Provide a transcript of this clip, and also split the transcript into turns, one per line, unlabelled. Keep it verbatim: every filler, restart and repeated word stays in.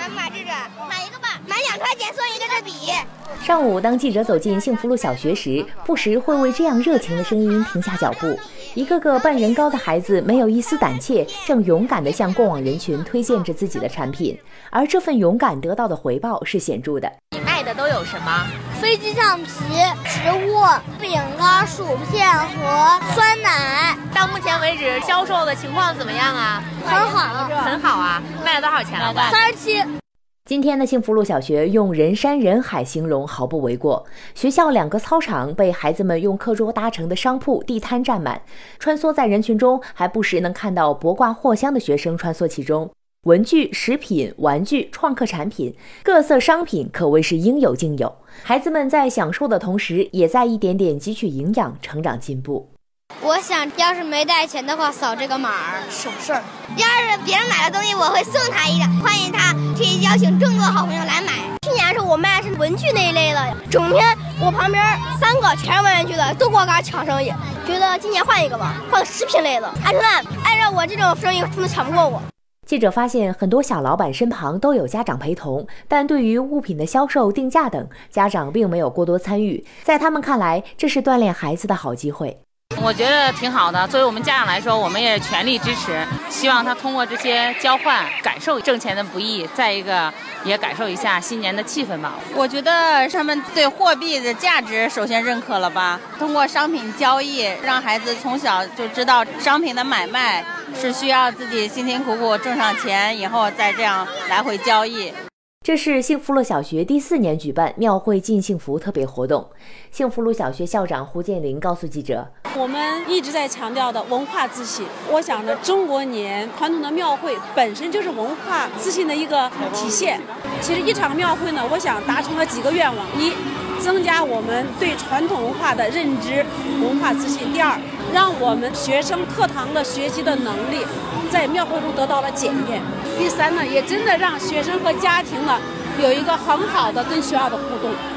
咱们买这个，买一个吧，买两块钱送一个这笔。
上午，当记者走进幸福路小学时，不时会为这样热情的声音停下脚步。一个个半人高的孩子没有一丝胆怯，正勇敢地向过往人群推荐着自己的产品，而这份勇敢得到的回报是显著的。
你卖的都有什么？
飞机橡皮、植物、饼干、薯片和酸奶。
到目前为止，销售的情况怎么样啊？
很好，
很好啊！卖了多少钱了？
三十七。
今天的幸福路小学用人山人海形容毫不为过。学校两个操场被孩子们用课桌搭成的商铺地摊占满，穿梭在人群中，还不时能看到脖挂货箱的学生穿梭其中。文具、食品、玩具、创客产品，各色商品可谓是应有尽有。孩子们在享受的同时，也在一点点汲取营养，成长进步。
我想要是没带钱的话，扫这个码儿省事儿。要是别人买了东西，我会送他一个，欢迎他，可以邀请更多好朋友来买。去年的时候我卖的是文具那一类的，整天我旁边三个全是玩具的，都给我嘎抢生意。觉得今年换一个吧，换个食品类的。按照按照我这种生意，他们抢不过我。
记者发现，很多小老板身旁都有家长陪同，但对于物品的销售、定价等，家长并没有过多参与。在他们看来，这是锻炼孩子的好机会。
我觉得挺好的，作为我们家长来说，我们也全力支持，希望他通过这些交换感受挣钱的不易，再一个也感受一下新年的气氛吧。
我觉得他们对货币的价值首先认可了吧，通过商品交易，让孩子从小就知道商品的买卖是需要自己辛辛苦苦挣上钱以后再这样来回交易。
这是幸福路小学第四年举办庙会尽幸福特别活动。幸福路小学校长胡建林告诉记者，
我们一直在强调的文化自信，我想着中国年传统的庙会本身就是文化自信的一个体现。其实一场庙会呢，我想达成了几个愿望：一，增加我们对传统文化的认知，文化自信；第二，让我们学生课堂的学习的能力在庙会中得到了检验；第三呢，也真的让学生和家庭呢有一个很好的跟学校的互动。